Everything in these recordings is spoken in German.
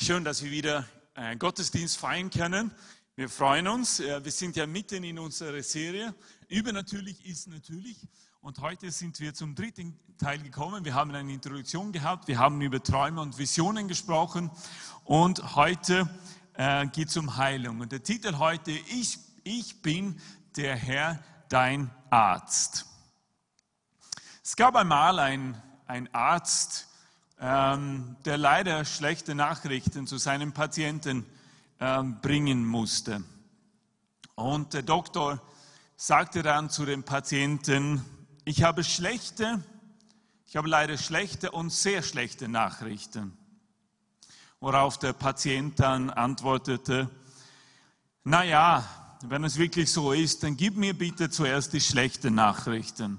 Schön, dass wir wieder Gottesdienst feiern können. Wir freuen uns. Wir sind ja mitten in unserer Serie. Übernatürlich ist natürlich. Und heute sind wir zum dritten Teil gekommen. Wir haben eine Introduktion gehabt. Wir haben über Träume und Visionen gesprochen. Und heute geht es um Heilung. Und der Titel heute, ich bin der Herr, dein Arzt. Es gab einmal einen Arzt, der leider schlechte Nachrichten zu seinen Patienten bringen musste. Und der Doktor sagte dann zu dem Patienten, ich habe leider schlechte und sehr schlechte Nachrichten. Worauf der Patient dann antwortete, naja, wenn es wirklich so ist, dann gib mir bitte zuerst die schlechten Nachrichten.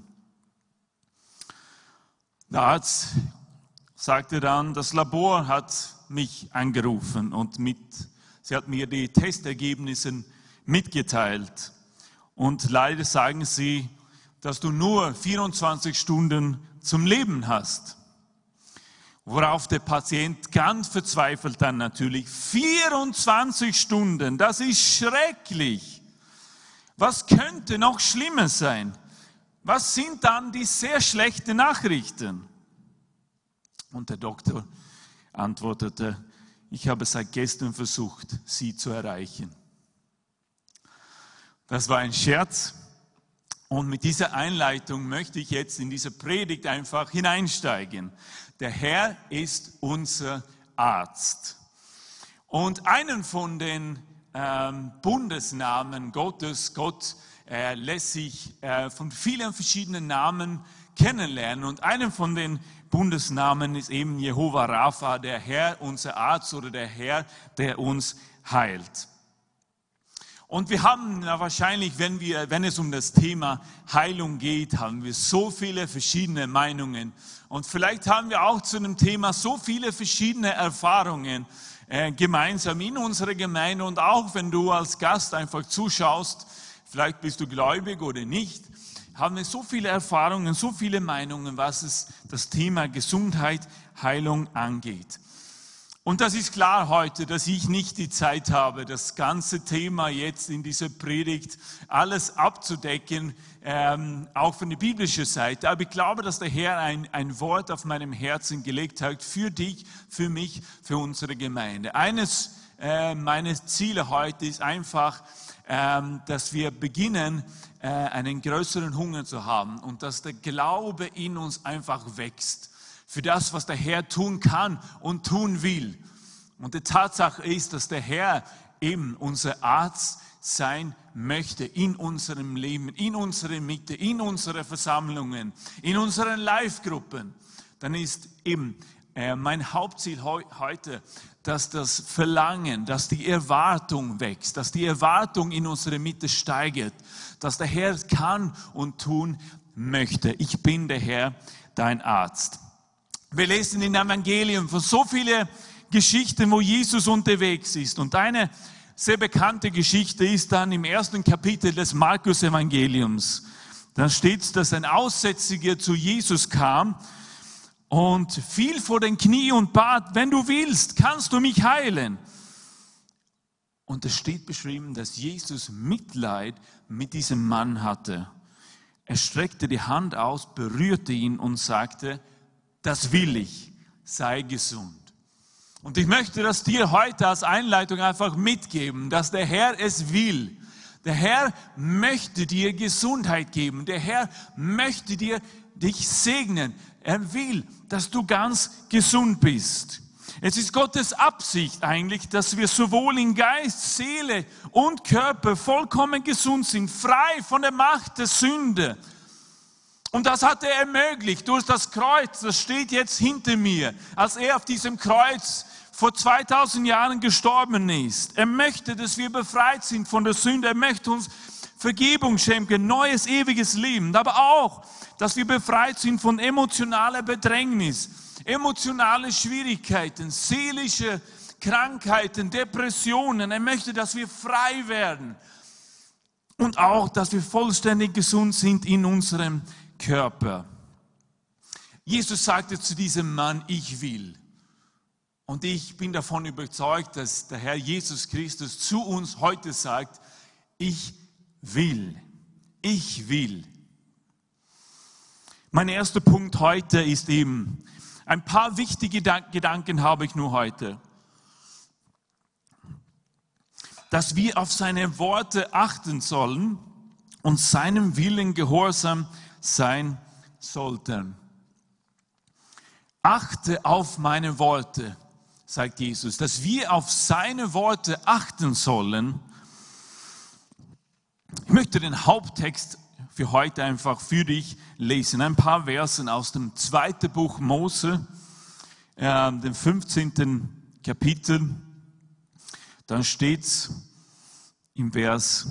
Der Arzt sagte dann, das Labor hat mich angerufen und sie hat mir die Testergebnisse mitgeteilt. Und leider sagen sie, dass du nur 24 Stunden zum Leben hast. Worauf der Patient ganz verzweifelt dann natürlich, 24 Stunden, das ist schrecklich. Was könnte noch schlimmer sein? Was sind dann die sehr schlechten Nachrichten? Und der Doktor antwortete, ich habe seit gestern versucht, Sie zu erreichen. Das war ein Scherz. Und mit dieser Einleitung möchte ich jetzt in diese Predigt einfach hineinsteigen. Der Herr ist unser Arzt. Und einen von den Bundesnamen Gottes, Gott lässt sich von vielen verschiedenen Namen kennenlernen. Und einen von den Bundesnamen ist eben Jehova Rapha, der Herr, unser Arzt oder der Herr, der uns heilt. Und wir haben wahrscheinlich, wenn es um das Thema Heilung geht, haben wir so viele verschiedene Meinungen. Und vielleicht haben wir auch zu dem Thema so viele verschiedene Erfahrungen gemeinsam in unserer Gemeinde. Und auch wenn du als Gast einfach zuschaust, vielleicht bist du gläubig oder nicht, haben wir so viele Erfahrungen, so viele Meinungen, was das Thema Gesundheit, Heilung angeht. Und das ist klar heute, dass ich nicht die Zeit habe, das ganze Thema jetzt in dieser Predigt alles abzudecken, auch von der biblischen Seite. Aber ich glaube, dass der Herr ein Wort auf meinem Herzen gelegt hat für dich, für mich, für unsere Gemeinde. Eines meiner Ziele heute ist einfach, dass wir beginnen, einen größeren Hunger zu haben und dass der Glaube in uns einfach wächst für das, was der Herr tun kann und tun will. Und die Tatsache ist, dass der Herr eben unser Arzt sein möchte in unserem Leben, in unserer Mitte, in unseren Versammlungen, in unseren Live-Gruppen. Dann ist eben mein Hauptziel heute, dass das Verlangen, dass die Erwartung wächst, dass die Erwartung in unserer Mitte steigert, dass der Herr kann und tun möchte. Ich bin der Herr, dein Arzt. Wir lesen in dem Evangelium von so vielen Geschichten, wo Jesus unterwegs ist. Und eine sehr bekannte Geschichte ist dann im 1. Kapitel des Markus-Evangeliums. Da steht, dass ein Aussätziger zu Jesus kam und fiel vor den Knie und bat, wenn du willst, kannst du mich heilen. Und es steht beschrieben, dass Jesus Mitleid mit diesem Mann hatte. Er streckte die Hand aus, berührte ihn und sagte, das will ich, sei gesund. Und ich möchte das dir heute als Einleitung einfach mitgeben, dass der Herr es will. Der Herr möchte dir Gesundheit geben. Der Herr möchte dich segnen. Er will, dass du ganz gesund bist. Es ist Gottes Absicht eigentlich, dass wir sowohl in Geist, Seele und Körper vollkommen gesund sind, frei von der Macht der Sünde. Und das hat er ermöglicht durch das Kreuz, das steht jetzt hinter mir, als er auf diesem Kreuz vor 2000 Jahren gestorben ist. Er möchte, dass wir befreit sind von der Sünde. Er möchte uns Vergebung schenken, neues, ewiges Leben. Aber auch, dass wir befreit sind von emotionaler Bedrängnis, emotionale Schwierigkeiten, seelische Krankheiten, Depressionen. Er möchte, dass wir frei werden. Und auch, dass wir vollständig gesund sind in unserem Körper. Jesus sagte zu diesem Mann, ich will. Und ich bin davon überzeugt, dass der Herr Jesus Christus zu uns heute sagt, ich will. Ich will. Mein erster Punkt heute ist eben, ein paar wichtige Gedanken habe ich nur heute. Dass wir auf seine Worte achten sollen und seinem Willen gehorsam sein sollten. Achte auf meine Worte, sagt Jesus, dass wir auf seine Worte achten sollen. Ich möchte den Haupttext für heute einfach für dich lesen. Ein paar Versen aus dem 2. Buch Mose, dem 15. Kapitel. Dann steht es im Vers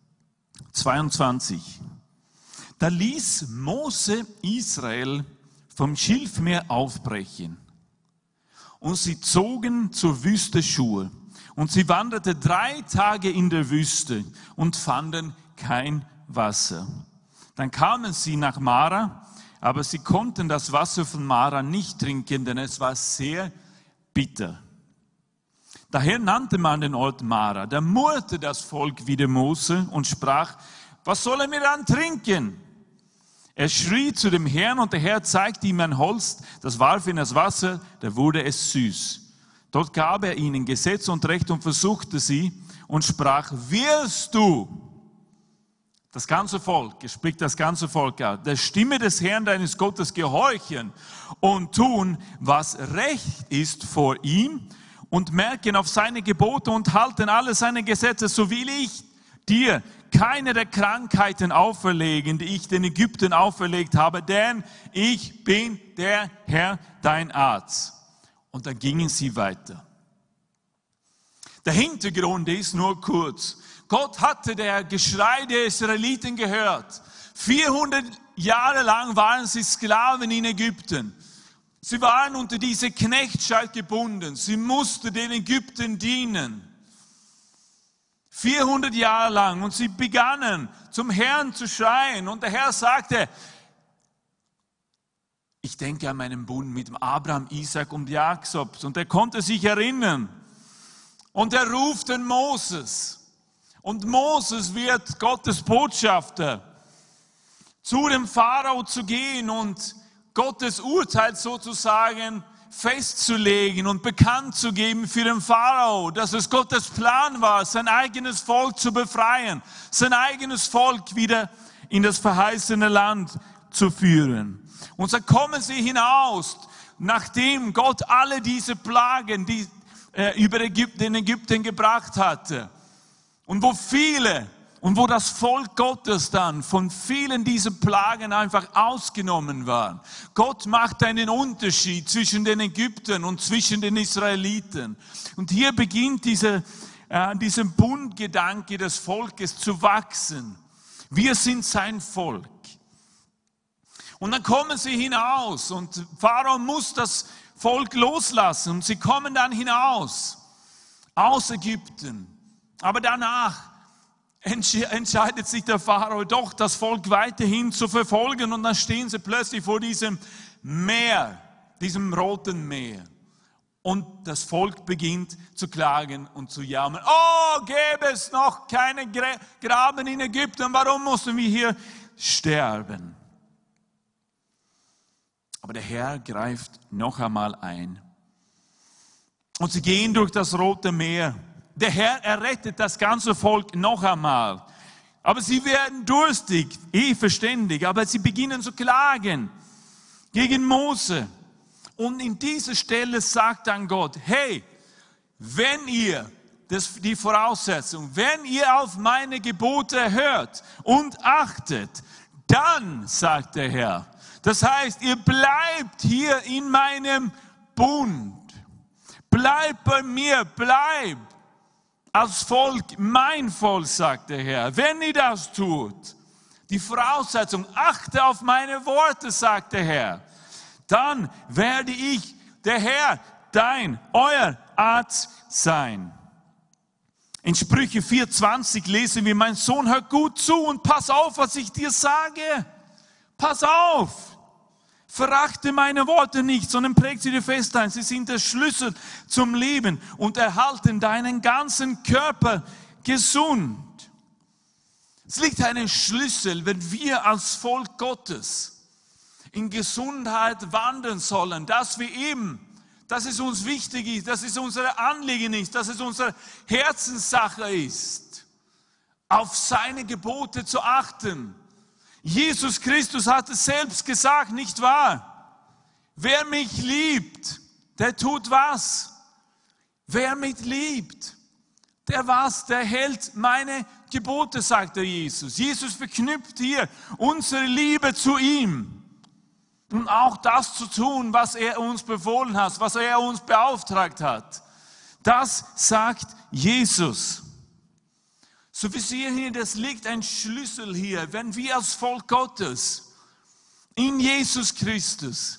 22. Da ließ Mose Israel vom Schilfmeer aufbrechen. Und sie zogen zur Wüste Schur. Und sie wanderten 3 Tage in der Wüste und fanden kein Wasser. Dann kamen sie nach Mara, aber sie konnten das Wasser von Mara nicht trinken, denn es war sehr bitter. Daher nannte man den Ort Mara. Da murrte das Volk wider Mose und sprach, was sollen wir dann trinken? Er schrie zu dem Herrn und der Herr zeigte ihm ein Holz, das warf in das Wasser, da wurde es süß. Dort gab er ihnen Gesetz und Recht und versuchte sie und sprach, wirst du, das ganze Volk, es spricht das ganze Volk aus, der Stimme des Herrn deines Gottes gehorchen und tun, was recht ist vor ihm und merken auf seine Gebote und halten alle seine Gesetze, so will ich dir keine der Krankheiten auferlegen, die ich den Ägyptern auferlegt habe, denn ich bin der Herr, dein Arzt. Und dann gingen sie weiter. Der Hintergrund ist nur kurz. Gott hatte der Geschrei der Israeliten gehört. 400 Jahre lang waren sie Sklaven in Ägypten. Sie waren unter diese Knechtschaft gebunden. Sie mussten den Ägyptern dienen. 400 Jahre lang. Und sie begannen zum Herrn zu schreien. Und der Herr sagte, ich denke an meinen Bund mit Abraham, Isaac und Jakob. Und er konnte sich erinnern. Und er ruft den Moses. Und Moses wird Gottes Botschafter, zu dem Pharao zu gehen und Gottes Urteil sozusagen festzulegen und bekannt zu geben für den Pharao, dass es Gottes Plan war, sein eigenes Volk zu befreien, sein eigenes Volk wieder in das verheißene Land zu führen. Und so kommen sie hinaus, nachdem Gott alle diese Plagen, die über den Ägypten gebracht hatte. Und wo das Volk Gottes dann von vielen dieser Plagen einfach ausgenommen war. Gott macht einen Unterschied zwischen den Ägyptern und zwischen den Israeliten. Und hier beginnt dieser Bundgedanke des Volkes zu wachsen. Wir sind sein Volk. Und dann kommen sie hinaus und Pharao muss das Volk loslassen. Und sie kommen dann hinaus aus Ägypten. Aber danach entscheidet sich der Pharao doch, das Volk weiterhin zu verfolgen. Und dann stehen sie plötzlich vor diesem Meer, diesem Roten Meer. Und das Volk beginnt zu klagen und zu jammern. Oh, gäbe es noch keine Graben in Ägypten, warum mussten wir hier sterben? Aber der Herr greift noch einmal ein. Und sie gehen durch das Rote Meer. Der Herr errettet das ganze Volk noch einmal. Aber sie werden durstig, verständig, aber sie beginnen zu klagen gegen Mose. Und in dieser Stelle sagt dann Gott, hey, wenn ihr, das ist die Voraussetzung, wenn ihr auf meine Gebote hört und achtet, dann, sagt der Herr, das heißt, ihr bleibt hier in meinem Bund. Bleibt bei mir, bleibt als Volk, mein Volk, sagt der Herr. Wenn ihr das tut, die Voraussetzung, achte auf meine Worte, sagt der Herr, dann werde ich, der Herr, euer Arzt sein. In Sprüche 4,20 lesen wir, mein Sohn, hör gut zu und pass auf, was ich dir sage. Pass auf. Verachte meine Worte nicht, sondern präg sie dir fest ein. Sie sind der Schlüssel zum Leben und erhalten deinen ganzen Körper gesund. Es liegt ein Schlüssel, wenn wir als Volk Gottes in Gesundheit wandeln sollen, dass wir eben, dass es uns wichtig ist, dass es unser Anliegen ist, dass es unsere Herzenssache ist, auf seine Gebote zu achten. Jesus Christus hat es selbst gesagt, nicht wahr? Wer mich liebt, der tut was? Wer mich liebt, der was? Der hält meine Gebote, sagt der Jesus. Jesus verknüpft hier unsere Liebe zu ihm. Und auch das zu tun, was er uns befohlen hat, was er uns beauftragt hat. Das sagt Jesus. So wir sehen hier, das liegt ein Schlüssel hier, wenn wir als Volk Gottes in Jesus Christus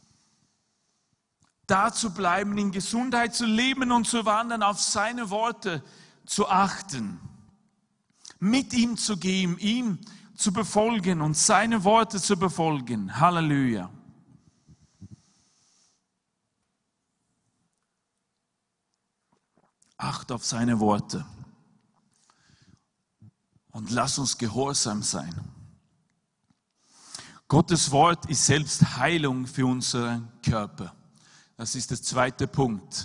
da zu bleiben, in Gesundheit zu leben und zu wandern, auf seine Worte zu achten, mit ihm zu gehen, ihm zu befolgen und seine Worte zu befolgen. Halleluja. Acht auf seine Worte. Und lass uns gehorsam sein. Gottes Wort ist selbst Heilung für unseren Körper. Das ist der zweite Punkt.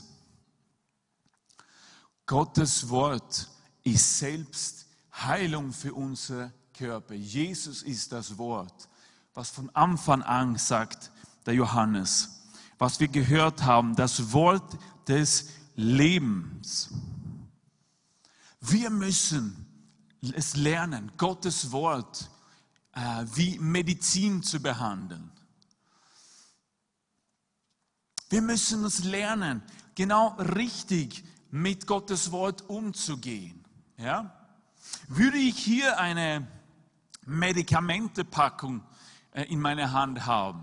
Gottes Wort ist selbst Heilung für unseren Körper. Jesus ist das Wort, was von Anfang an sagt der Johannes. Was wir gehört haben, das Wort des Lebens. Wir müssen es lernen, Gottes Wort wie Medizin zu behandeln. Wir müssen es lernen, genau richtig mit Gottes Wort umzugehen. Ja? Würde ich hier eine Medikamentepackung in meiner Hand haben,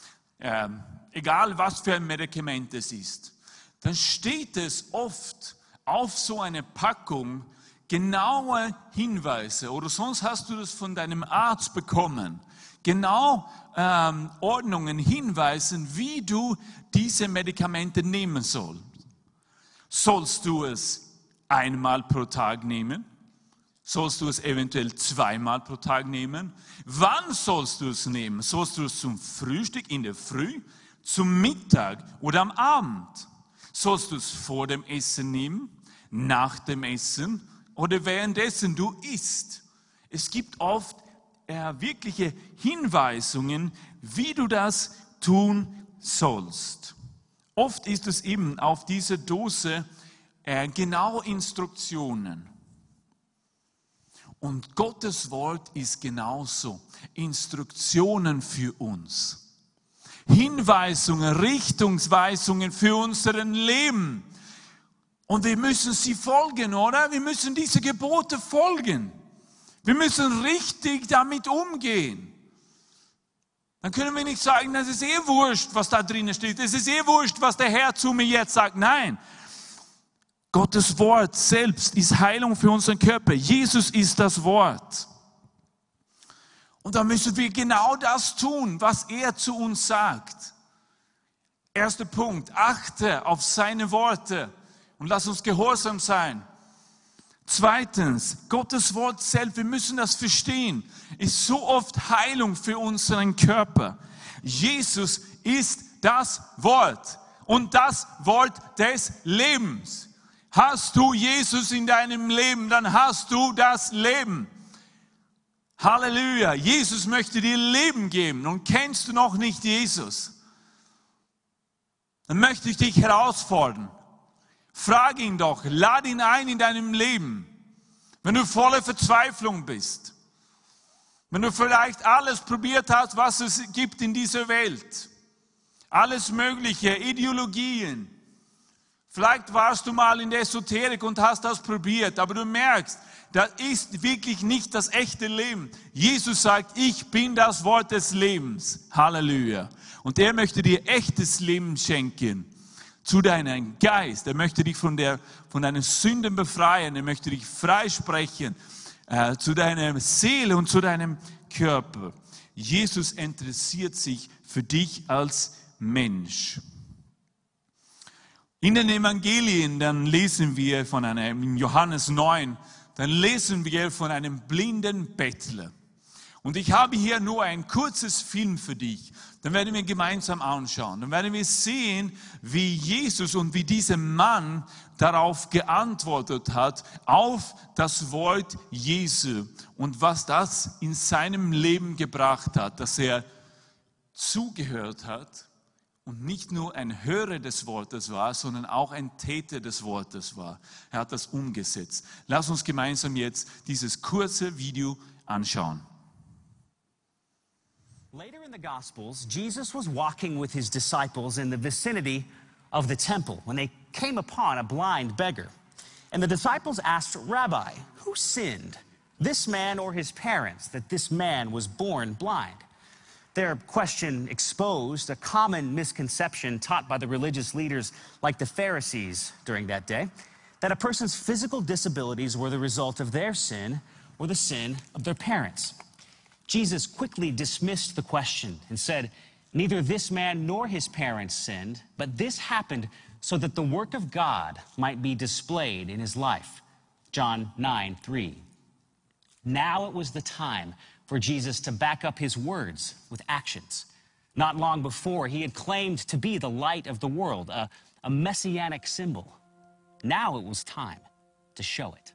egal was für ein Medikament es ist, dann steht es oft auf so einer Packung genaue Hinweise, oder sonst hast du das von deinem Arzt bekommen, genau Ordnungen, Hinweisen, wie du diese Medikamente nehmen sollst. Sollst du es einmal pro Tag nehmen? Sollst du es eventuell zweimal pro Tag nehmen? Wann sollst du es nehmen? Sollst du es zum Frühstück in der Früh, zum Mittag oder am Abend? Sollst du es vor dem Essen nehmen, nach dem Essen oder währenddessen du isst? Es gibt oft wirkliche Hinweisungen, wie du das tun sollst. Oft ist es eben auf dieser Dose genau Instruktionen. Und Gottes Wort ist genauso. Instruktionen für uns. Hinweisungen, Richtungsweisungen für unser Leben. Und wir müssen sie folgen, oder? Wir müssen diese Gebote folgen. Wir müssen richtig damit umgehen. Dann können wir nicht sagen, das ist wurscht, was da drinnen steht. Es ist wurscht, was der Herr zu mir jetzt sagt. Nein. Gottes Wort selbst ist Heilung für unseren Körper. Jesus ist das Wort. Und da müssen wir genau das tun, was er zu uns sagt. Erster Punkt, achte auf seine Worte und lass uns gehorsam sein. Zweitens, Gottes Wort selbst, wir müssen das verstehen, ist so oft Heilung für unseren Körper. Jesus ist das Wort und das Wort des Lebens. Hast du Jesus in deinem Leben, dann hast du das Leben. Halleluja, Jesus möchte dir Leben geben und kennst du noch nicht Jesus, dann möchte ich dich herausfordern. Frag ihn doch, lad ihn ein in deinem Leben, wenn du voller Verzweiflung bist, wenn du vielleicht alles probiert hast, was es gibt in dieser Welt, alles mögliche, Ideologien. Vielleicht warst du mal in der Esoterik und hast das probiert, aber du merkst, das ist wirklich nicht das echte Leben. Jesus sagt, ich bin das Wort des Lebens. Halleluja. Und er möchte dir echtes Leben schenken. Zu deinem Geist. Er möchte dich von deinen Sünden befreien. Er möchte dich freisprechen. Zu deiner Seele und zu deinem Körper. Jesus interessiert sich für dich als Mensch. In den Evangelien, dann lesen wir in Johannes 9, dann lesen wir von einem blinden Bettler. Und ich habe hier nur ein kurzes Film für dich. Dann werden wir gemeinsam anschauen. Dann werden wir sehen, wie Jesus und wie dieser Mann darauf geantwortet hat, auf das Wort Jesu. Und was das in seinem Leben gebracht hat, dass er zugehört hat und nicht nur ein Hörer des Wortes war, sondern auch ein Täter des Wortes war. Er hat das umgesetzt. Lass uns gemeinsam jetzt dieses kurze Video anschauen. Later in the Gospels, Jesus was walking with his disciples in the vicinity of the temple when they came upon a blind beggar. And the disciples asked, "Rabbi, who sinned, this man or his parents, that this man was born blind?" Their question exposed a common misconception taught by the religious leaders like the Pharisees during that day, that a person's physical disabilities were the result of their sin or the sin of their parents. Jesus quickly dismissed the question and said, "Neither this man nor his parents sinned, but this happened so that the work of God might be displayed in his life." John 9:3. Now it was the time for Jesus to back up his words with actions. Not long before, he had claimed to be the light of the world, a messianic symbol. Now it was time to show it.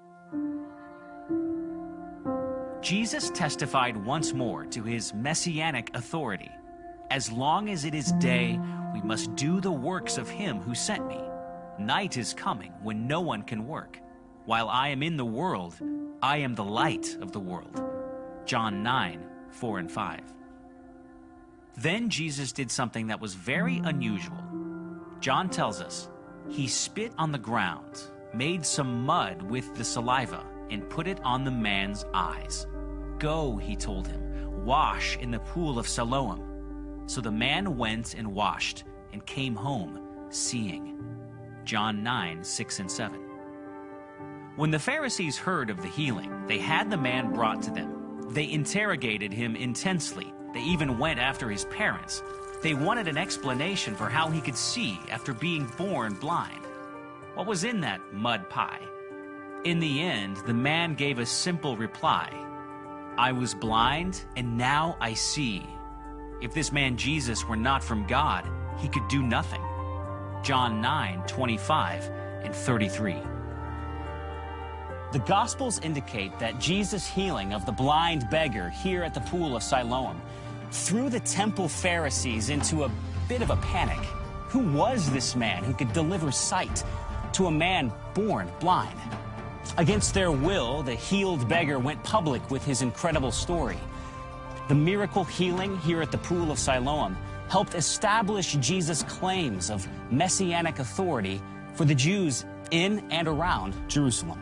Jesus testified once more to his messianic authority. "As long as it is day, we must do the works of him who sent me. Night is coming when no one can work. While I am in the world, I am the light of the world." John 9:4 and 5. Then Jesus did something that was very unusual. John tells us, he spit on the ground, made some mud with the saliva, and put it on the man's eyes. "Go," he told him, "wash in the pool of Siloam." So the man went and washed and came home seeing. John 9:6 and 7. When the Pharisees heard of the healing, they had the man brought to them. They interrogated him intensely. They even went after his parents. They wanted an explanation for how he could see after being born blind. What was in that mud pie? In the end, the man gave a simple reply. "I was blind, and now I see." If this man Jesus were not from God, he could do nothing. John 9:25 and 33. The Gospels indicate that Jesus' healing of the blind beggar here at the pool of Siloam threw the temple Pharisees into a bit of a panic. Who was this man who could deliver sight to a man born blind? Against their will, the healed beggar went public with his incredible story. The miracle healing here at the pool of Siloam helped establish Jesus' claims of messianic authority for the Jews in and around Jerusalem.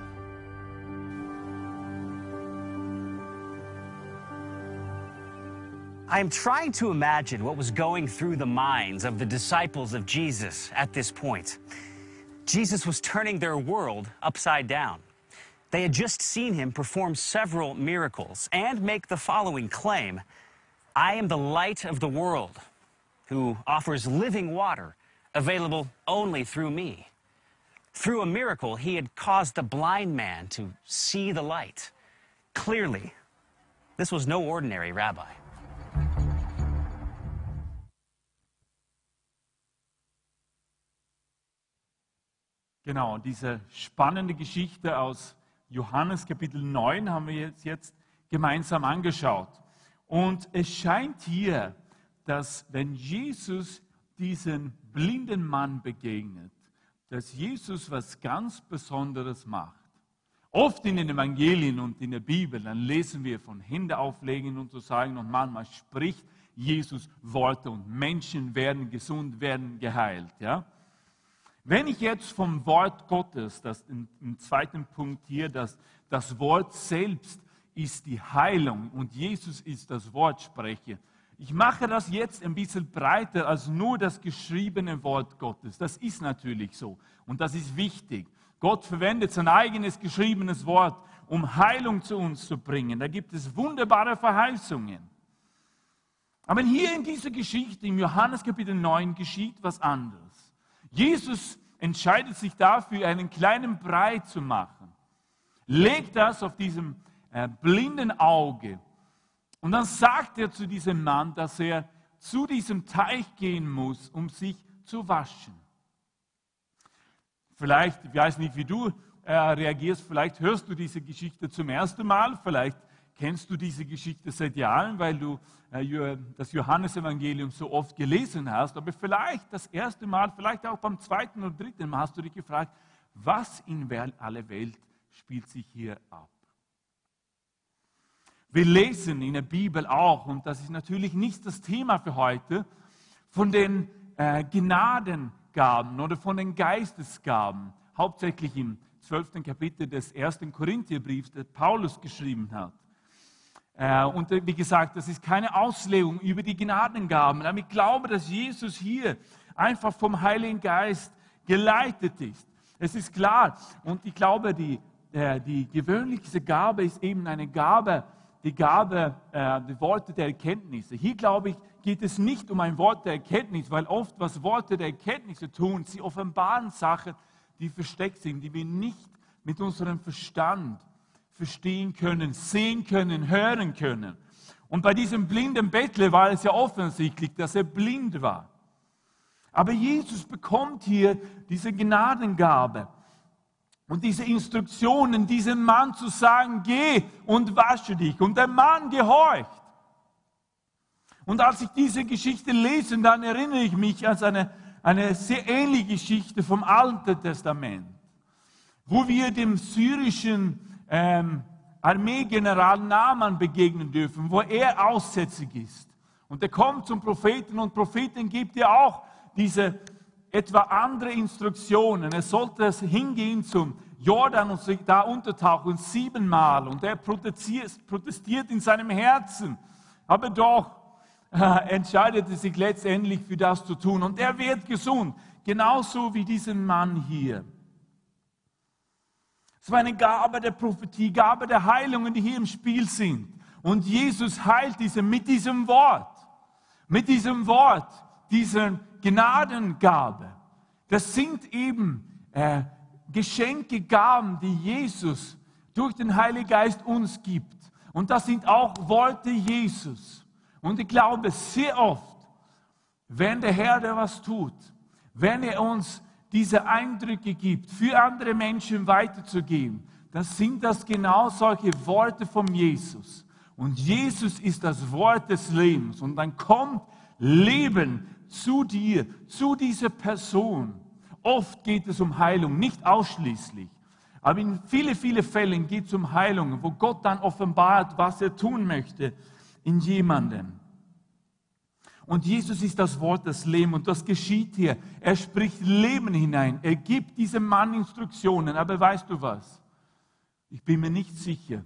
I am trying to imagine what was going through the minds of the disciples of Jesus at this point. Jesus was turning their world upside down. They had just seen him perform several miracles and make the following claim: "I am the light of the world, who offers living water available only through me." Through a miracle, he had caused the blind man to see the light. Clearly, this was no ordinary rabbi. Genau, diese spannende Geschichte aus Johannes Kapitel 9 haben wir jetzt gemeinsam angeschaut. Und es scheint hier, dass wenn Jesus diesen blinden Mann begegnet, dass Jesus was ganz Besonderes macht. Oft in den Evangelien und in der Bibel, dann lesen wir von Hände auflegen und so sagen, und manchmal spricht Jesus Worte und Menschen werden gesund, werden geheilt. Ja? Wenn ich jetzt vom Wort Gottes, das im zweiten Punkt hier, das Wort selbst ist die Heilung und Jesus ist das Wort, spreche, ich mache das jetzt ein bisschen breiter als nur das geschriebene Wort Gottes. Das ist natürlich so und das ist wichtig. Gott verwendet sein eigenes geschriebenes Wort, um Heilung zu uns zu bringen. Da gibt es wunderbare Verheißungen. Aber hier in dieser Geschichte, im Johannes Kapitel 9, geschieht was anderes. Jesus entscheidet sich dafür, einen kleinen Brei zu machen, legt das auf diesem blinden Auge und dann sagt er zu diesem Mann, dass er zu diesem Teich gehen muss, um sich zu waschen. Vielleicht, ich weiß nicht, wie du reagierst, vielleicht hörst du diese Geschichte zum ersten Mal, vielleicht kennst du diese Geschichte seit Jahren, weil du das Johannesevangelium so oft gelesen hast, aber vielleicht das erste Mal, vielleicht auch beim zweiten oder dritten Mal hast du dich gefragt, was in aller Welt spielt sich hier ab? Wir lesen in der Bibel auch, und das ist natürlich nicht das Thema für heute, von den Gnadengaben oder von den Geistesgaben, hauptsächlich im 12. Kapitel des 1. Korintherbriefs, das Paulus geschrieben hat. Und wie gesagt, das ist keine Auslegung über die Gnadengaben, aber ich glaube, dass Jesus hier einfach vom Heiligen Geist geleitet ist. Es ist klar, und ich glaube, die gewöhnlichste Gabe ist eben eine Gabe, die Worte der Erkenntnisse. Hier, glaube ich, geht es nicht um ein Wort der Erkenntnis, weil oft, was Worte der Erkenntnisse tun, sie offenbaren Sachen, die versteckt sind, die wir nicht mit unserem Verstand verstehen können, sehen können, hören können. Und bei diesem blinden Bettler war es ja offensichtlich, dass er blind war. Aber Jesus bekommt hier diese Gnadengabe und diese Instruktionen, diesem Mann zu sagen, geh und wasche dich. Und der Mann gehorcht. Und als ich diese Geschichte lese, dann erinnere ich mich an eine sehr ähnliche Geschichte vom Alten Testament, wo wir dem syrischen Armeegeneral Naaman begegnen dürfen, wo er aussätzig ist. Und er kommt zum Propheten und Propheten gibt ihr auch diese etwa andere Instruktionen. Er sollte hingehen zum Jordan und sich da untertauchen 7-mal. Und er protestiert in seinem Herzen. Aber doch entscheidet er sich letztendlich für das zu tun. Und er wird gesund, genauso wie diesen Mann hier. Es war eine Gabe der Prophetie, Gabe der Heilungen, die hier im Spiel sind. Und Jesus heilt diese mit diesem Wort, dieser Gnadengabe. Das sind eben Geschenke, Gaben, die Jesus durch den Heiligen Geist uns gibt. Und das sind auch Worte Jesus. Und ich glaube, sehr oft, wenn der Herr da was tut, wenn er uns diese Eindrücke gibt, für andere Menschen weiterzugeben, dann sind das genau solche Worte von Jesus. Und Jesus ist das Wort des Lebens. Und dann kommt Leben zu dir, zu dieser Person. Oft geht es um Heilung, nicht ausschließlich. Aber in vielen Fällen geht es um Heilung, wo Gott dann offenbart, was er tun möchte in jemandem. Und Jesus ist das Wort des Lebens und das geschieht hier. Er spricht Leben hinein. Er gibt diesem Mann Instruktionen. Aber weißt du was? Ich bin mir nicht sicher.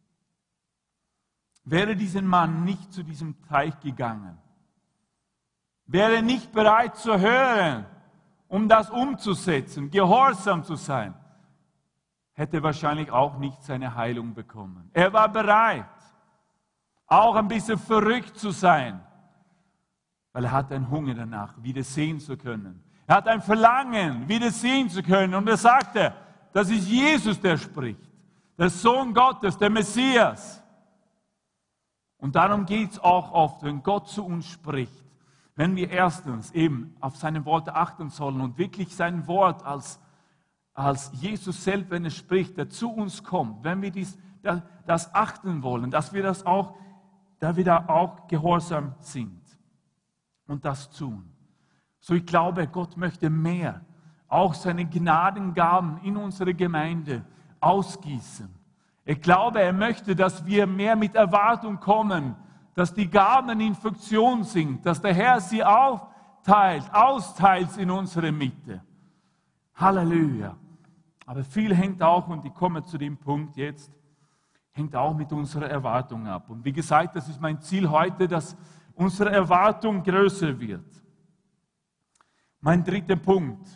Wäre dieser Mann nicht zu diesem Teich gegangen, wäre er nicht bereit zu hören, um das umzusetzen, gehorsam zu sein, hätte er wahrscheinlich auch nicht seine Heilung bekommen. Er war bereit, auch ein bisschen verrückt zu sein, weil er hat einen Hunger danach, wieder sehen zu können. Er hat ein Verlangen, wieder sehen zu können. Und er sagte, das ist Jesus, der spricht, der Sohn Gottes, der Messias. Und darum geht es auch oft, wenn Gott zu uns spricht, wenn wir erstens eben auf seine Worte achten sollen und wirklich sein Wort als Jesus selbst, wenn er spricht, der zu uns kommt, wenn wir das achten wollen, dass wir das auch, da wir da auch gehorsam sind und das tun. So, ich glaube, Gott möchte mehr, auch seine Gnadengaben in unsere Gemeinde ausgießen. Ich glaube, er möchte, dass wir mehr mit Erwartung kommen, dass die Gaben in Funktion sind, dass der Herr sie austeilt in unsere Mitte. Halleluja. Aber viel hängt auch, und ich komme zu dem Punkt jetzt, hängt auch mit unserer Erwartung ab. Und wie gesagt, das ist mein Ziel heute, dass unsere Erwartung größer wird. Mein dritter Punkt.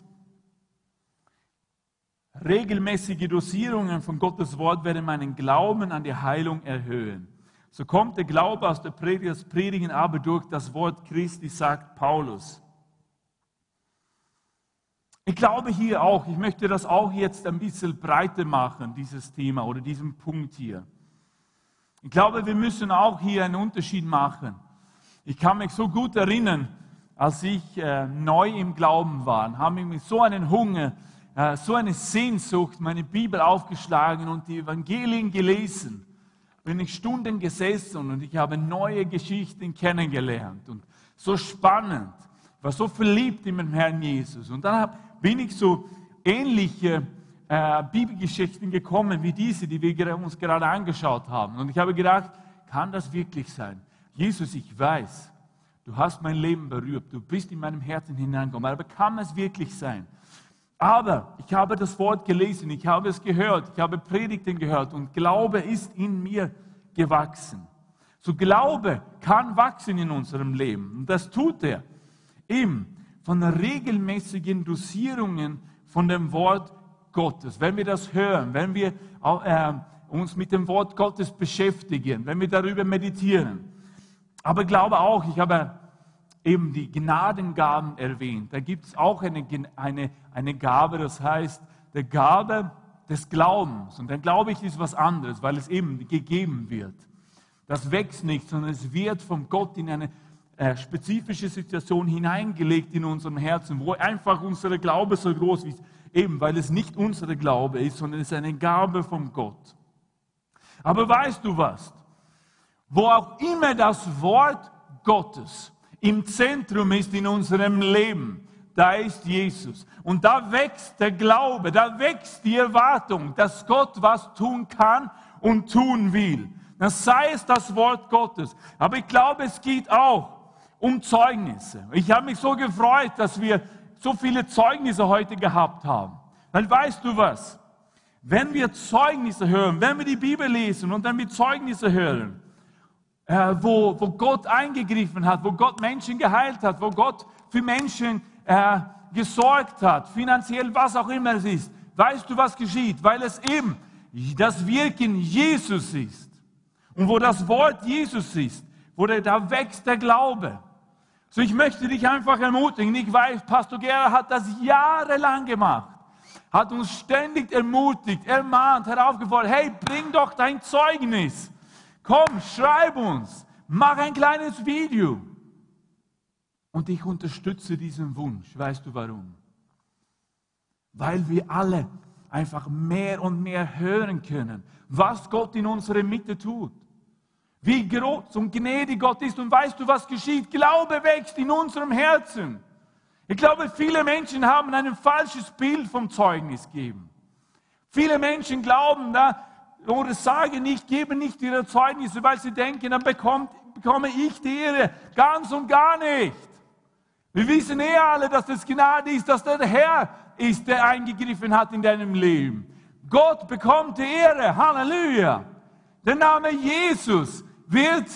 Regelmäßige Dosierungen von Gottes Wort werden meinen Glauben an die Heilung erhöhen. so kommt der Glaube aus der Predigt, das Predigen aber durch das Wort Christi, sagt Paulus. Ich glaube hier auch, ich möchte das auch jetzt ein bisschen breiter machen, dieses Thema oder diesen Punkt hier. Ich glaube, wir müssen auch hier einen Unterschied machen. Ich kann mich so gut erinnern, als ich neu im Glauben war, habe ich so einen Hunger, so eine Sehnsucht, meine Bibel aufgeschlagen und die Evangelien gelesen. Bin ich Stunden gesessen und ich habe neue Geschichten kennengelernt und so spannend. Ich war so verliebt in den Herrn Jesus. Und dann bin ich so ähnliche Bibelgeschichten gekommen wie diese, die wir uns gerade angeschaut haben. Und ich habe gedacht, kann das wirklich sein? Jesus, ich weiß, du hast mein Leben berührt, du bist in meinem Herzen hineingekommen, aber kann es wirklich sein? Aber ich habe das Wort gelesen, ich habe es gehört, ich habe Predigten gehört und Glaube ist in mir gewachsen. So Glaube kann wachsen in unserem Leben und das tut er eben von regelmäßigen Dosierungen von dem Wort Gottes. Wenn wir das hören, wenn wir uns mit dem Wort Gottes beschäftigen, wenn wir darüber meditieren. Aber ich glaube auch, ich habe eben die Gnadengaben erwähnt. Da gibt es auch eine Gabe, das heißt, der Gabe des Glaubens. Und dann glaube ich, ist was anderes, weil es eben gegeben wird. Das wächst nicht, sondern es wird von Gott in eine spezifische Situation hineingelegt in unserem Herzen, wo einfach unser Glaube so groß ist, eben weil es nicht unser Glaube ist, sondern es ist eine Gabe von Gott. Aber weißt du was? Wo auch immer das Wort Gottes im Zentrum ist in unserem Leben, da ist Jesus. Und da wächst der Glaube, da wächst die Erwartung, dass Gott was tun kann und tun will. Das sei es das Wort Gottes. Aber ich glaube, es geht auch um Zeugnisse. Ich habe mich so gefreut, dass wir so viele Zeugnisse heute gehabt haben. Weil weißt du was? Wenn wir Zeugnisse hören, wenn wir die Bibel lesen und dann wir Zeugnisse hören, wo Gott eingegriffen hat, wo Gott Menschen geheilt hat, wo Gott für Menschen gesorgt hat, finanziell, was auch immer es ist. Weißt du, was geschieht? Weil es eben das Wirken Jesus ist. Und wo das Wort Jesus ist, da wächst der Glaube. So, ich möchte dich einfach ermutigen. Ich weiß, Pastor Gerhard hat das jahrelang gemacht. Hat uns ständig ermutigt, ermahnt, heraufgefordert, hey, bring doch dein Zeugnis. Komm, schreib uns, mach ein kleines Video. Und ich unterstütze diesen Wunsch. Weißt du warum? Weil wir alle einfach mehr und mehr hören können, was Gott in unserer Mitte tut. Wie groß und gnädig Gott ist. Und weißt du, was geschieht? Glaube wächst in unserem Herzen. Ich glaube, viele Menschen haben ein falsches Bild vom Zeugnis geben. Viele Menschen glauben oder sagen nicht, geben nicht ihre Zeugnisse, weil sie denken, dann bekomme ich die Ehre. Ganz und gar nicht. Wir wissen alle, dass das Gnade ist, dass der Herr ist, der eingegriffen hat in deinem Leben. Gott bekommt die Ehre. Halleluja. Der Name Jesus wird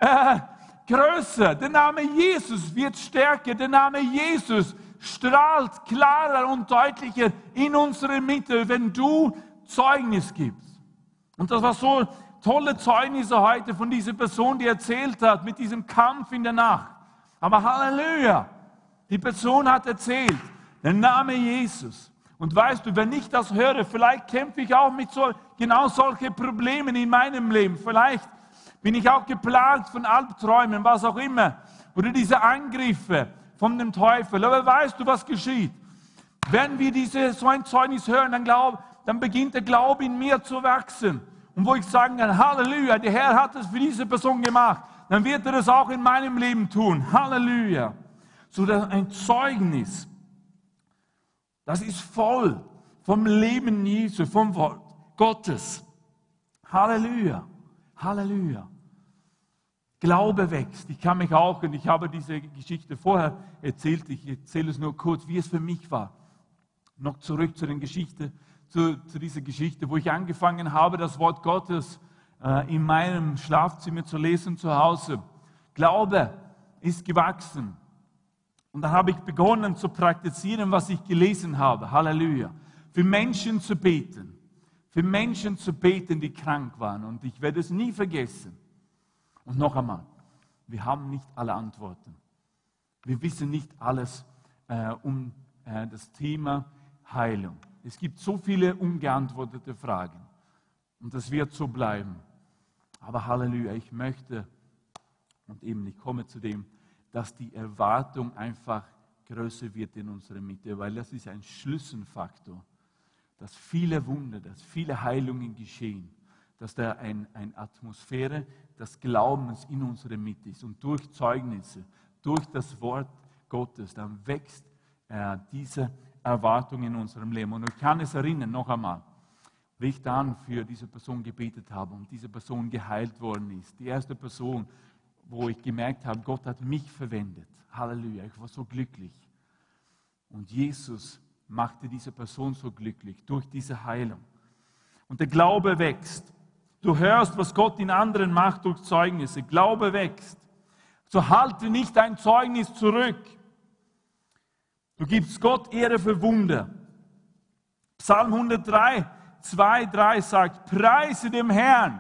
größer. Der Name Jesus wird stärker. Der Name Jesus strahlt klarer und deutlicher in unsere Mitte, wenn du Zeugnis gibst. Und das war so tolle Zeugnisse heute von dieser Person, die erzählt hat, mit diesem Kampf in der Nacht. Aber Halleluja, die Person hat erzählt, der Name Jesus. Und weißt du, wenn ich das höre, vielleicht kämpfe ich auch mit genau solchen Problemen in meinem Leben. Vielleicht bin ich auch geplagt von Albträumen, was auch immer. Oder diese Angriffe von dem Teufel. Aber weißt du, was geschieht? Wenn wir so ein Zeugnis hören, dann beginnt der Glaube in mir zu wachsen. Und wo ich sagen kann, Halleluja, der Herr hat es für diese Person gemacht, dann wird er das auch in meinem Leben tun. Halleluja. So ein Zeugnis, das ist voll vom Leben Jesu, vom Wort Gottes. Halleluja. Halleluja. Glaube wächst. Ich kann mich auch, und ich habe diese Geschichte vorher erzählt, ich erzähle es nur kurz, wie es für mich war. Noch zurück zu dieser Geschichte, wo ich angefangen habe, das Wort Gottes in meinem Schlafzimmer zu lesen zu Hause. Glaube ist gewachsen. Und dann habe ich begonnen zu praktizieren, was ich gelesen habe. Halleluja. Für Menschen zu beten. Für Menschen zu beten, die krank waren. Und ich werde es nie vergessen. Und noch einmal, wir haben nicht alle Antworten. Wir wissen nicht alles um das Thema Heilung. Es gibt so viele ungeantwortete Fragen. Und das wird so bleiben. Aber Halleluja, ich möchte, und eben ich komme zu dem, dass die Erwartung einfach größer wird in unserer Mitte, weil das ist ein Schlüsselfaktor, dass viele Wunder, dass viele Heilungen geschehen, dass da eine Atmosphäre des Glaubens in unserer Mitte ist. Und durch Zeugnisse, durch das Wort Gottes, dann wächst diese Erwartung in unserem Leben. Und ich kann es erinnern, noch einmal, wie ich dann für diese Person gebetet habe und diese Person geheilt worden ist. Die erste Person, wo ich gemerkt habe, Gott hat mich verwendet. Halleluja, ich war so glücklich. Und Jesus machte diese Person so glücklich durch diese Heilung. Und der Glaube wächst. Du hörst, was Gott in anderen macht durch Zeugnisse. Glaube wächst. So halte nicht dein Zeugnis zurück. Du gibst Gott Ehre für Wunder. Psalm 103, 2, 3 sagt, preise dem Herrn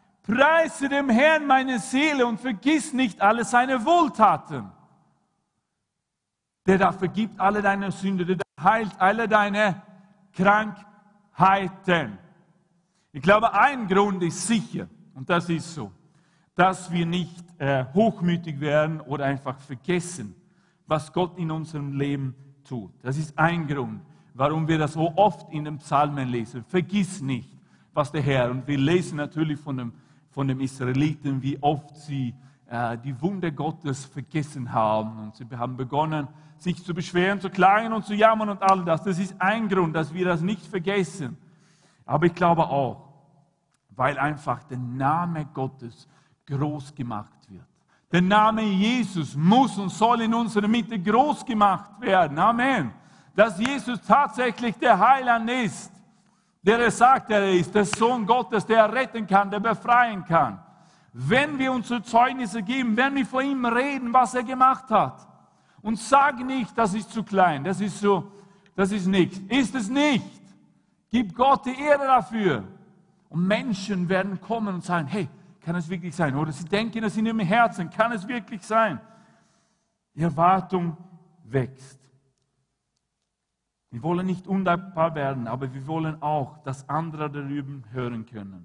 meine Seele und vergiss nicht alle seine Wohltaten. Der da vergibt alle deine Sünde, der heilt alle deine Krankheiten. Ich glaube, ein Grund ist sicher, und das ist so, dass wir nicht hochmütig werden oder einfach vergessen, was Gott in unserem Leben tut. Das ist ein Grund, warum wir das so oft in den Psalmen lesen. Vergiss nicht, was der Herr, und wir lesen natürlich von den Israeliten, wie oft sie die Wunder Gottes vergessen haben. Und sie haben begonnen, sich zu beschweren, zu klagen und zu jammern und all das. Das ist ein Grund, dass wir das nicht vergessen. Aber ich glaube auch, weil einfach der Name Gottes groß gemacht wird. Der Name Jesus muss und soll in unserer Mitte groß gemacht werden. Amen. Dass Jesus tatsächlich der Heiland ist, der er sagt, er ist, der Sohn Gottes, der retten kann, der befreien kann. Wenn wir unsere Zeugnisse geben, wenn wir vor ihm reden, was er gemacht hat, und sag nicht, das ist zu klein, das ist nichts. Ist es nicht. Gib Gott die Ehre dafür. Und Menschen werden kommen und sagen, hey, kann es wirklich sein? Oder sie denken es in ihrem Herzen, kann es wirklich sein? Die Erwartung wächst. Wir wollen nicht undankbar werden, aber wir wollen auch, dass andere darüber hören können.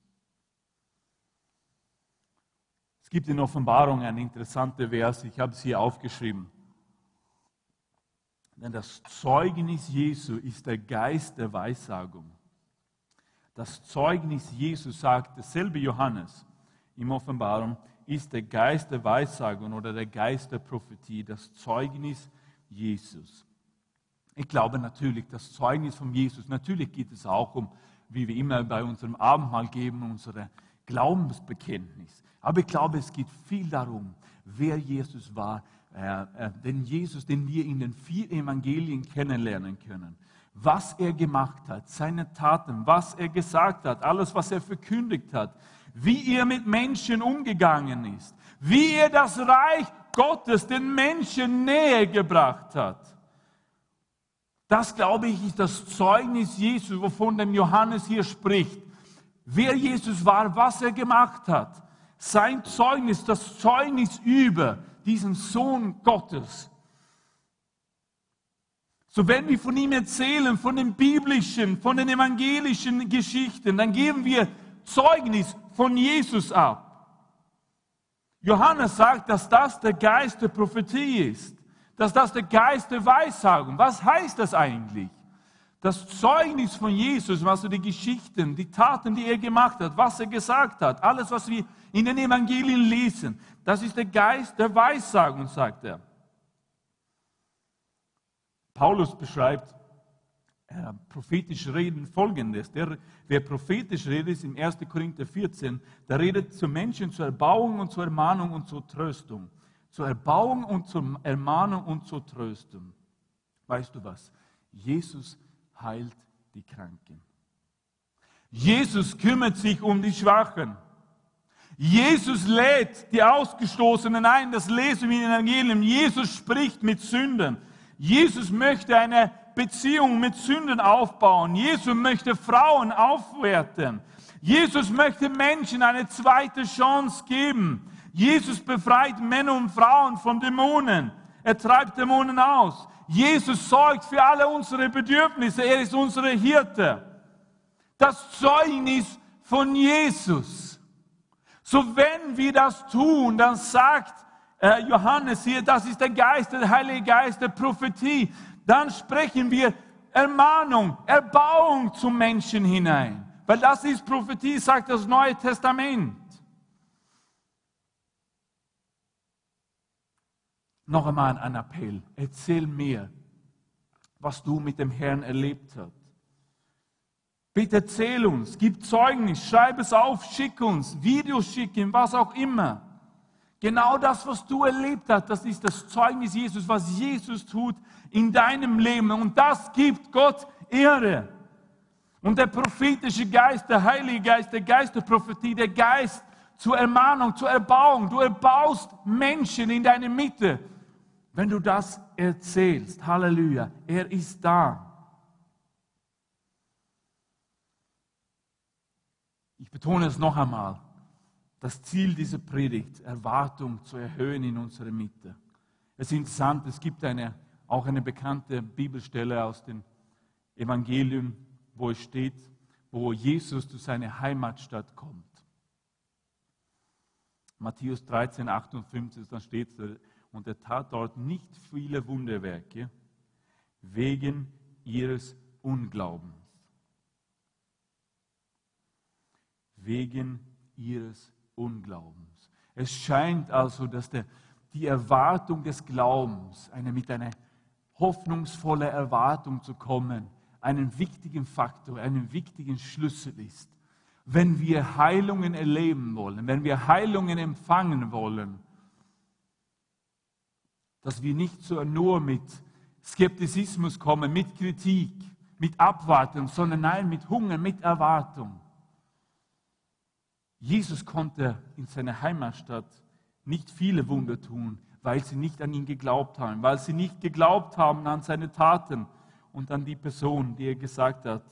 Es gibt in Offenbarung einen interessanten Vers, ich habe es hier aufgeschrieben. Denn das Zeugnis Jesu ist der Geist der Weissagung. Das Zeugnis Jesu, sagt derselbe Johannes im Offenbarung, ist der Geist der Weissagung oder der Geist der Prophetie, das Zeugnis Jesus. Ich glaube natürlich, das Zeugnis von Jesus, natürlich geht es auch um, wie wir immer bei unserem Abendmahl geben, unsere Glaubensbekenntnis. Aber ich glaube, es geht viel darum, wer Jesus war, den Jesus, den wir in den 4 Evangelien kennenlernen können. Was er gemacht hat, seine Taten, was er gesagt hat, alles, was er verkündigt hat, wie er mit Menschen umgegangen ist, wie er das Reich Gottes den Menschen näher gebracht hat. Das, glaube ich, ist das Zeugnis Jesu, wovon der Johannes hier spricht. Wer Jesus war, was er gemacht hat. Sein Zeugnis, das Zeugnis über diesen Sohn Gottes. So, wenn wir von ihm erzählen, von den biblischen, von den evangelischen Geschichten, dann geben wir Zeugnis von Jesus ab. Johannes sagt, dass das der Geist der Prophetie ist. Dass das der Geist der Weissagung. Was heißt das eigentlich? Das Zeugnis von Jesus, also die Geschichten, die Taten, die er gemacht hat, was er gesagt hat, alles, was wir in den Evangelien lesen, das ist der Geist der Weissagung, sagt er. Paulus beschreibt prophetisch reden Folgendes. Wer prophetisch redet, ist im 1. Korinther 14, der redet zu Menschen zur Erbauung und zur Ermahnung und zur Tröstung. Zur Erbauung und zur Ermahnung und zur Tröstung. Weißt du was? Jesus heilt die Kranken. Jesus kümmert sich um die Schwachen. Jesus lädt die Ausgestoßenen ein, das lesen wir in den Evangelien. Jesus spricht mit Sündern. Jesus möchte eine Beziehung mit Sündern aufbauen. Jesus möchte Frauen aufwerten. Jesus möchte Menschen eine zweite Chance geben. Jesus befreit Männer und Frauen von Dämonen. Er treibt Dämonen aus. Jesus sorgt für alle unsere Bedürfnisse. Er ist unsere Hirte. Das Zeugnis von Jesus. So wenn wir das tun, dann sagt Johannes hier, das ist der Geist, der Heilige Geist der Prophetie. Dann sprechen wir Ermahnung, Erbauung zum Menschen hinein. Weil das ist Prophetie, sagt das Neue Testament. Noch einmal ein Appell. Erzähl mir, was du mit dem Herrn erlebt hast. Bitte erzähl uns, gib Zeugnis, schreib es auf, schick uns, Videos schicken, was auch immer. Genau das, was du erlebt hast, das ist das Zeugnis Jesus, was Jesus tut in deinem Leben. Und das gibt Gott Ehre. Und der prophetische Geist, der Heilige Geist, der Geist der Prophetie, der Geist zur Ermahnung, zur Erbauung. Du erbaust Menschen in deine Mitte, wenn du das erzählst. Halleluja, er ist da. Ich betone es noch einmal. Das Ziel dieser Predigt, Erwartung zu erhöhen in unserer Mitte. Es ist interessant, es gibt auch eine bekannte Bibelstelle aus dem Evangelium, wo es steht, wo Jesus zu seiner Heimatstadt kommt. Matthäus 13, 58, dann steht es, und er tat dort nicht viele Wunderwerke wegen ihres Unglaubens. Wegen ihres Unglaubens. Es scheint also, dass die Erwartung des Glaubens, mit einer hoffnungsvollen Erwartung zu kommen, einen wichtigen Faktor, einen wichtigen Schlüssel ist. Wenn wir Heilungen erleben wollen, wenn wir Heilungen empfangen wollen, dass wir nicht nur mit Skeptizismus kommen, mit Kritik, mit Abwartung, sondern nein, mit Hunger, mit Erwartung. Jesus konnte in seiner Heimatstadt nicht viele Wunder tun, weil sie nicht an ihn geglaubt haben, weil sie nicht geglaubt haben an seine Taten und an die Person, die er gesagt hat,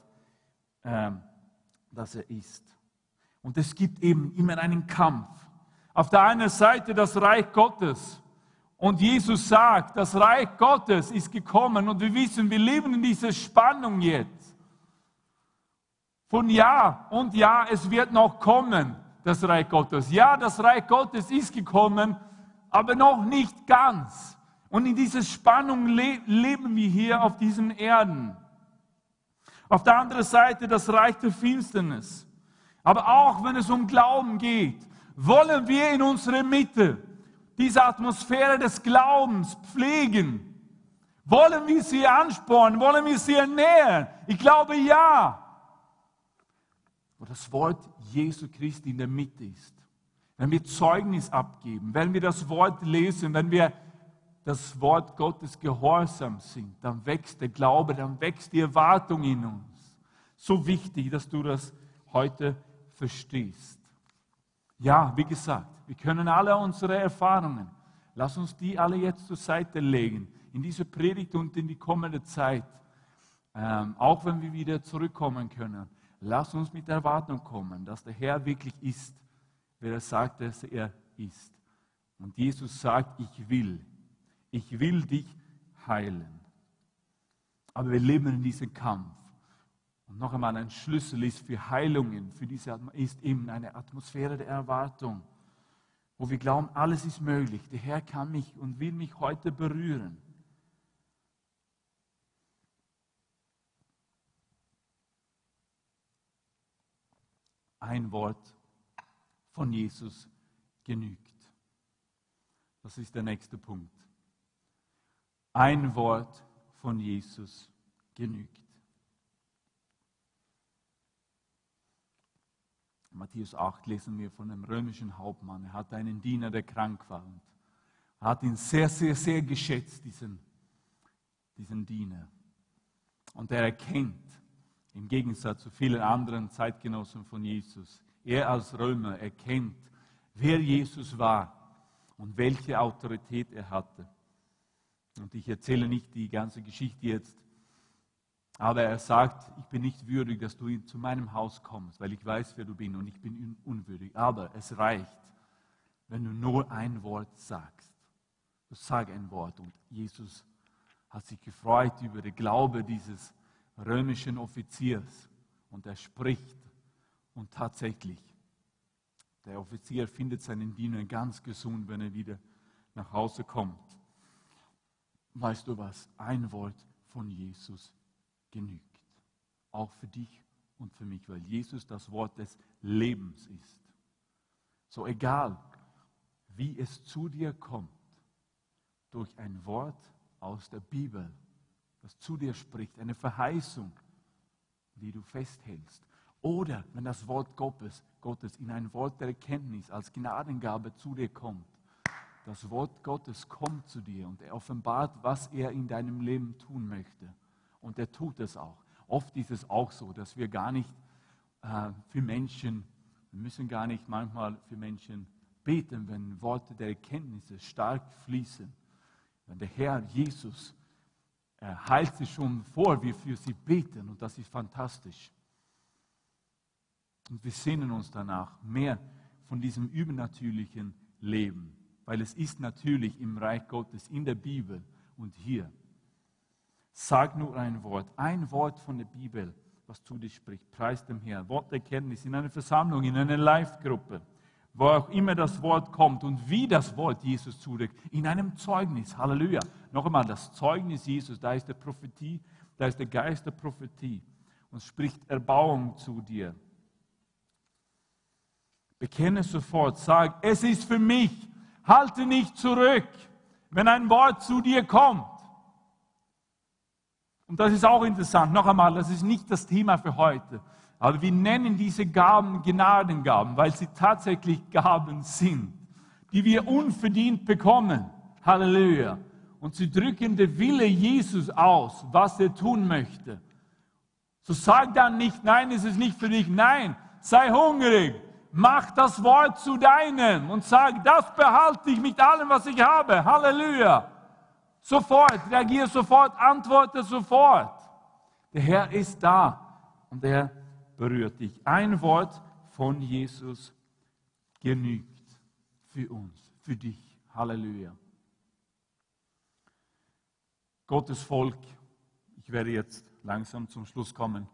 dass er ist. Und es gibt eben immer einen Kampf. Auf der einen Seite das Reich Gottes. Und Jesus sagt, das Reich Gottes ist gekommen und wir wissen, wir leben in dieser Spannung jetzt. Von ja und ja, es wird noch kommen, das Reich Gottes. Ja, das Reich Gottes ist gekommen, aber noch nicht ganz. Und in dieser Spannung leben wir hier auf diesen Erden. Auf der anderen Seite das Reich der Finsternis. Aber auch wenn es um Glauben geht, wollen wir in unserer Mitte diese Atmosphäre des Glaubens pflegen. Wollen wir sie anspornen? Wollen wir sie ernähren? Ich glaube, ja. Wo das Wort Jesu Christi in der Mitte ist. Wenn wir Zeugnis abgeben, wenn wir das Wort lesen, wenn wir das Wort Gottes gehorsam sind, dann wächst der Glaube, dann wächst die Erwartung in uns. So wichtig, dass du das heute verstehst. Ja, wie gesagt, wir können alle unsere Erfahrungen, lass uns die alle jetzt zur Seite legen, in diese Predigt und in die kommende Zeit. Auch wenn wir wieder zurückkommen können, lass uns mit Erwartung kommen, dass der Herr wirklich ist, wer er sagt, dass er ist. Und Jesus sagt, ich will dich heilen. Aber wir leben in diesem Kampf. Und noch einmal, ein Schlüssel ist für Heilungen, ist eben eine Atmosphäre der Erwartung, wo wir glauben, alles ist möglich. Der Herr kann mich und will mich heute berühren. Ein Wort von Jesus genügt. Das ist der nächste Punkt. Ein Wort von Jesus genügt. In Matthäus 8 lesen wir von einem römischen Hauptmann. Er hatte einen Diener, der krank war. Und er hat ihn sehr, sehr, sehr geschätzt, diesen Diener. Und er erkennt, im Gegensatz zu vielen anderen Zeitgenossen von Jesus, er als Römer erkennt, wer Jesus war und welche Autorität er hatte. Und ich erzähle nicht die ganze Geschichte jetzt, Aber er sagt, ich bin nicht würdig, dass du zu meinem Haus kommst, weil ich weiß, wer du bist und ich bin unwürdig. Aber es reicht, wenn du nur ein Wort sagst. Du sag ein Wort. Und Jesus hat sich gefreut über den Glaube dieses römischen Offiziers. Und er spricht. Und tatsächlich, der Offizier findet seinen Diener ganz gesund, wenn er wieder nach Hause kommt. Weißt du was? Ein Wort von Jesus genügt. Auch für dich und für mich, weil Jesus das Wort des Lebens ist. So egal, wie es zu dir kommt, durch ein Wort aus der Bibel, das zu dir spricht, eine Verheißung, die du festhältst. Oder wenn das Wort Gottes in ein Wort der Erkenntnis als Gnadengabe zu dir kommt. Das Wort Gottes kommt zu dir und er offenbart, was er in deinem Leben tun möchte. Und er tut es auch. Oft ist es auch so, dass wir gar nicht für Menschen, wir müssen gar nicht manchmal für Menschen beten, wenn Worte der Erkenntnisse stark fließen. Wenn der Herr Jesus heilt sie schon vor, wir für sie beten und das ist fantastisch. Und wir sehnen uns danach, mehr von diesem übernatürlichen Leben, weil es ist natürlich im Reich Gottes, in der Bibel und hier. Sag nur ein Wort von der Bibel, was zu dir spricht. Preis dem Herrn. Wort der Erkenntnis in einer Versammlung, in einer Live-Gruppe, wo auch immer das Wort kommt und wie das Wort Jesus zurückt, in einem Zeugnis. Halleluja. Noch einmal, das Zeugnis Jesus, da ist der Prophetie, da ist der Geist der Prophetie und spricht Erbauung zu dir. Bekenne sofort, sag, es ist für mich. Halte nicht zurück, wenn ein Wort zu dir kommt. Und das ist auch interessant. Noch einmal, das ist nicht das Thema für heute. Aber wir nennen diese Gaben Gnadengaben, weil sie tatsächlich Gaben sind, die wir unverdient bekommen. Halleluja. Und sie drücken den Wille Jesus aus, was er tun möchte. So sag dann nicht, nein, es ist nicht für dich. Nein, sei hungrig. Mach das Wort zu deinem und sag, das behalte ich mit allem, was ich habe. Halleluja. Sofort, reagiere sofort, antworte sofort. Der Herr ist da und er berührt dich. Ein Wort von Jesus genügt für uns, für dich. Halleluja. Gottes Volk, ich werde jetzt langsam zum Schluss kommen.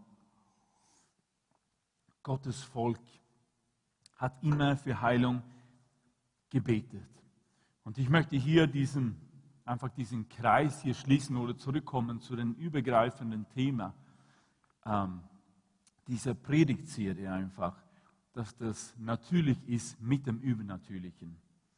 Gottes Volk hat immer für Heilung gebetet. Und ich möchte hier diesen Kreis hier schließen oder zurückkommen zu dem übergreifenden Thema dieser Predigtserie einfach, dass das natürlich ist mit dem Übernatürlichen.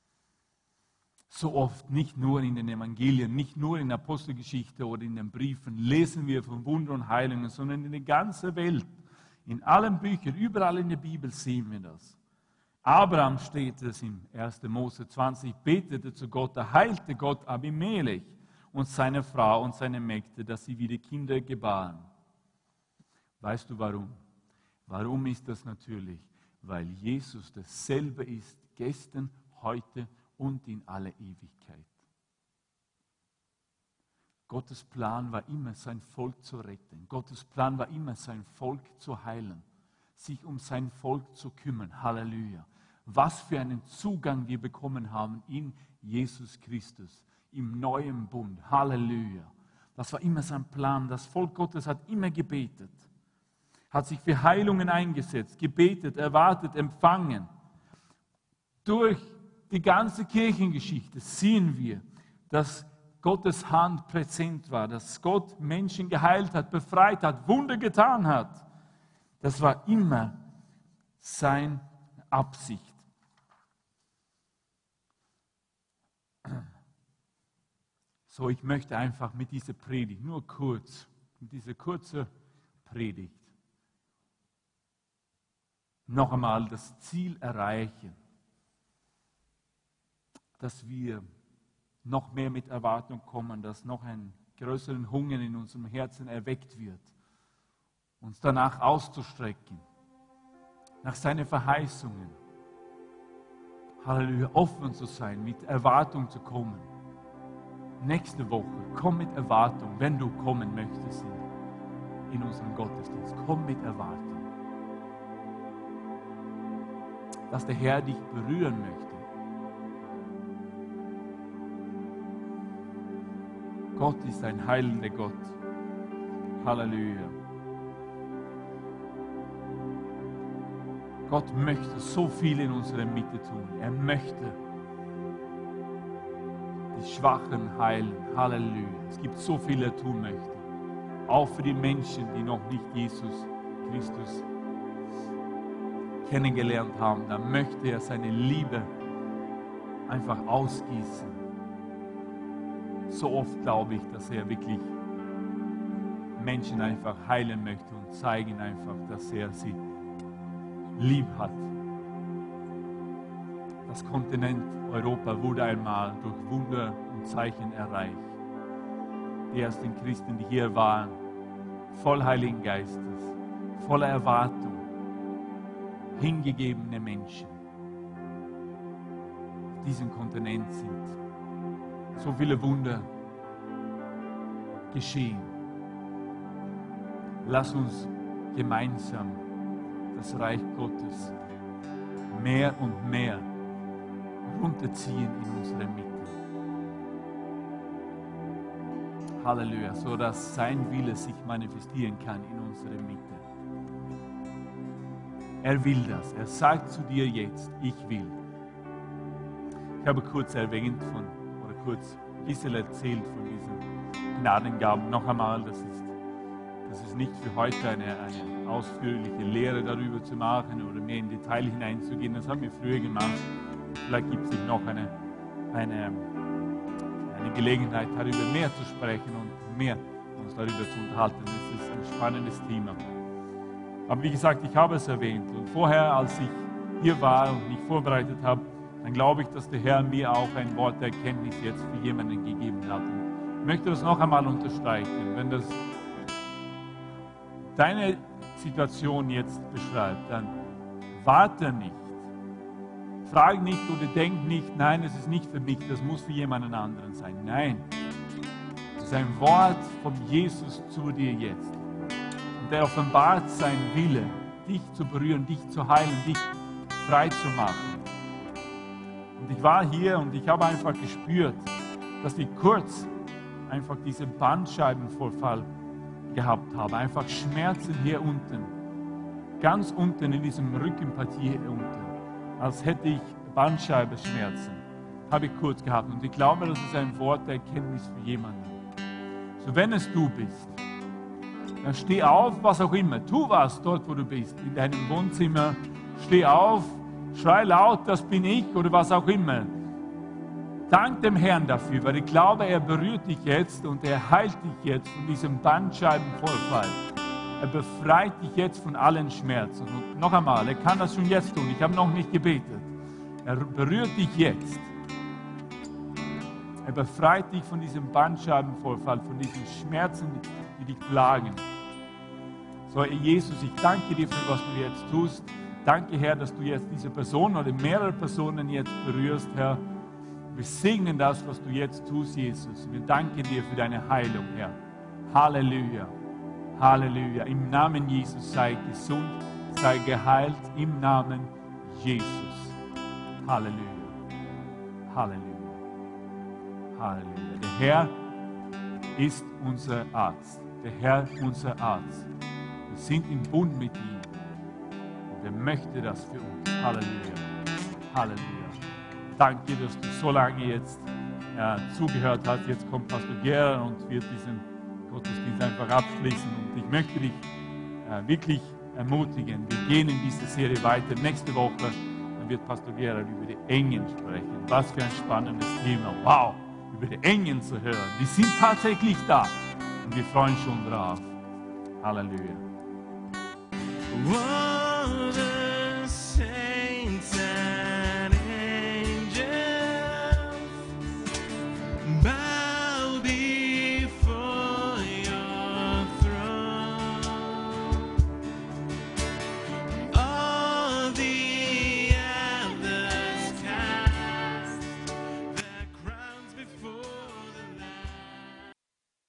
So oft, nicht nur in den Evangelien, nicht nur in der Apostelgeschichte oder in den Briefen, lesen wir von Wunder und Heilungen, sondern in der ganzen Welt, in allen Büchern, überall in der Bibel sehen wir das. Abraham steht es im 1. Mose 20, betete zu Gott, da heilte Gott Abimelech und seine Frau und seine Mägde, dass sie wieder Kinder gebaren. Weißt du warum? Warum ist das natürlich? Weil Jesus dasselbe ist, gestern, heute und in alle Ewigkeit. Gottes Plan war immer, sein Volk zu retten. Gottes Plan war immer, sein Volk zu heilen, sich um sein Volk zu kümmern. Halleluja. Was für einen Zugang wir bekommen haben in Jesus Christus, im neuen Bund. Halleluja. Das war immer sein Plan. Das Volk Gottes hat immer gebetet, hat sich für Heilungen eingesetzt, gebetet, erwartet, empfangen. Durch die ganze Kirchengeschichte sehen wir, dass Gottes Hand präsent war, dass Gott Menschen geheilt hat, befreit hat, Wunder getan hat. Das war immer seine Absicht. So, ich möchte einfach mit dieser Predigt, nur kurz, mit dieser kurzen Predigt, noch einmal das Ziel erreichen, dass wir noch mehr mit Erwartung kommen, dass noch ein größeren Hunger in unserem Herzen erweckt wird, uns danach auszustrecken, nach seinen Verheißungen. Halleluja, offen zu sein, mit Erwartung zu kommen. Nächste Woche, komm mit Erwartung, wenn du kommen möchtest. in unserem Gottesdienst. Komm mit Erwartung. Dass der Herr dich berühren möchte. Gott ist ein heilender Gott. Halleluja. Gott möchte so viel in unserer Mitte tun. Er möchte die Schwachen heilen. Halleluja. Es gibt so viel, er tun möchte. Auch für die Menschen, die noch nicht Jesus Christus kennengelernt haben. Da möchte er seine Liebe einfach ausgießen. So oft glaube ich, dass er wirklich Menschen einfach heilen möchte und zeigen einfach, dass er sie lieb hat. Das Kontinent Europa wurde einmal durch Wunder und Zeichen erreicht. Die ersten Christen, die hier waren, voll Heiligen Geistes, voller Erwartung, hingegebene Menschen. Auf diesem Kontinent sind so viele Wunder geschehen. Lass uns gemeinsam das Reich Gottes mehr und mehr runterziehen in unsere Mitte. Halleluja, so dass sein Wille sich manifestieren kann in unserer Mitte. Er will das. Er sagt zu dir jetzt, ich will. Ich habe kurz erwähnt kurz ein bisschen erzählt von diesen Gnadengaben. Noch einmal, das ist nicht für heute eine ausführliche Lehre darüber zu machen oder mehr in Detail hineinzugehen. Das haben wir früher gemacht. Vielleicht gibt es noch eine Gelegenheit, darüber mehr zu sprechen und mehr uns darüber zu unterhalten. Das ist ein spannendes Thema. Aber wie gesagt, ich habe es erwähnt. Und vorher, als ich hier war und mich vorbereitet habe, dann glaube ich, dass der Herr mir auch ein Wort der Erkenntnis jetzt für jemanden gegeben hat. Und ich möchte das noch einmal unterstreichen. Wenn das deine Situation jetzt beschreibt, dann warte nicht. Frag nicht oder denk nicht, nein, es ist nicht für mich, das muss für jemanden anderen sein. Nein, es ist ein Wort von Jesus zu dir jetzt. Und der offenbart seinen Wille, dich zu berühren, dich zu heilen, dich frei zu machen. Und ich war hier und ich habe einfach gespürt, dass ich kurz einfach diesen Bandscheibenvorfall gehabt habe. Einfach Schmerzen hier unten. Ganz unten in diesem Rückenpartie hier unten. Als hätte ich Bandscheibenschmerzen. Habe ich kurz gehabt. Und ich glaube, das ist ein Wort der Erkenntnis für jemanden. So, wenn es du bist, dann steh auf, was auch immer. Tu was dort, wo du bist. In deinem Wohnzimmer. Steh auf. Schrei laut, das bin ich oder was auch immer. Dank dem Herrn dafür, weil ich glaube, er berührt dich jetzt und er heilt dich jetzt von diesem Bandscheibenvorfall. Er befreit dich jetzt von allen Schmerzen. Und noch einmal, er kann das schon jetzt tun. Ich habe noch nicht gebetet. Er berührt dich jetzt. Er befreit dich von diesem Bandscheibenvorfall, von diesen Schmerzen, die dich plagen. So, Jesus, ich danke dir für was du jetzt tust. Danke, Herr, dass du jetzt diese Person oder mehrere Personen jetzt berührst, Herr. Wir segnen das, was du jetzt tust, Jesus. Wir danken dir für deine Heilung, Herr. Halleluja. Halleluja. Im Namen Jesus sei gesund, sei geheilt. Im Namen Jesus. Halleluja. Halleluja. Halleluja. Der Herr ist unser Arzt. Der Herr unser Arzt. Wir sind im Bund mit ihm. Und er möchte das für uns. Halleluja. Halleluja. Danke, dass du so lange jetzt zugehört hast. Jetzt kommt Pastor Gera und wird diesen Gottesdienst einfach abschließen. Und ich möchte dich wirklich ermutigen. Wir gehen in dieser Serie weiter. Nächste Woche dann wird Pastor Gera über die Engel sprechen. Was für ein spannendes Thema. Wow, über die Engel zu hören. Die sind tatsächlich da. Und wir freuen uns schon drauf. Halleluja. Wow.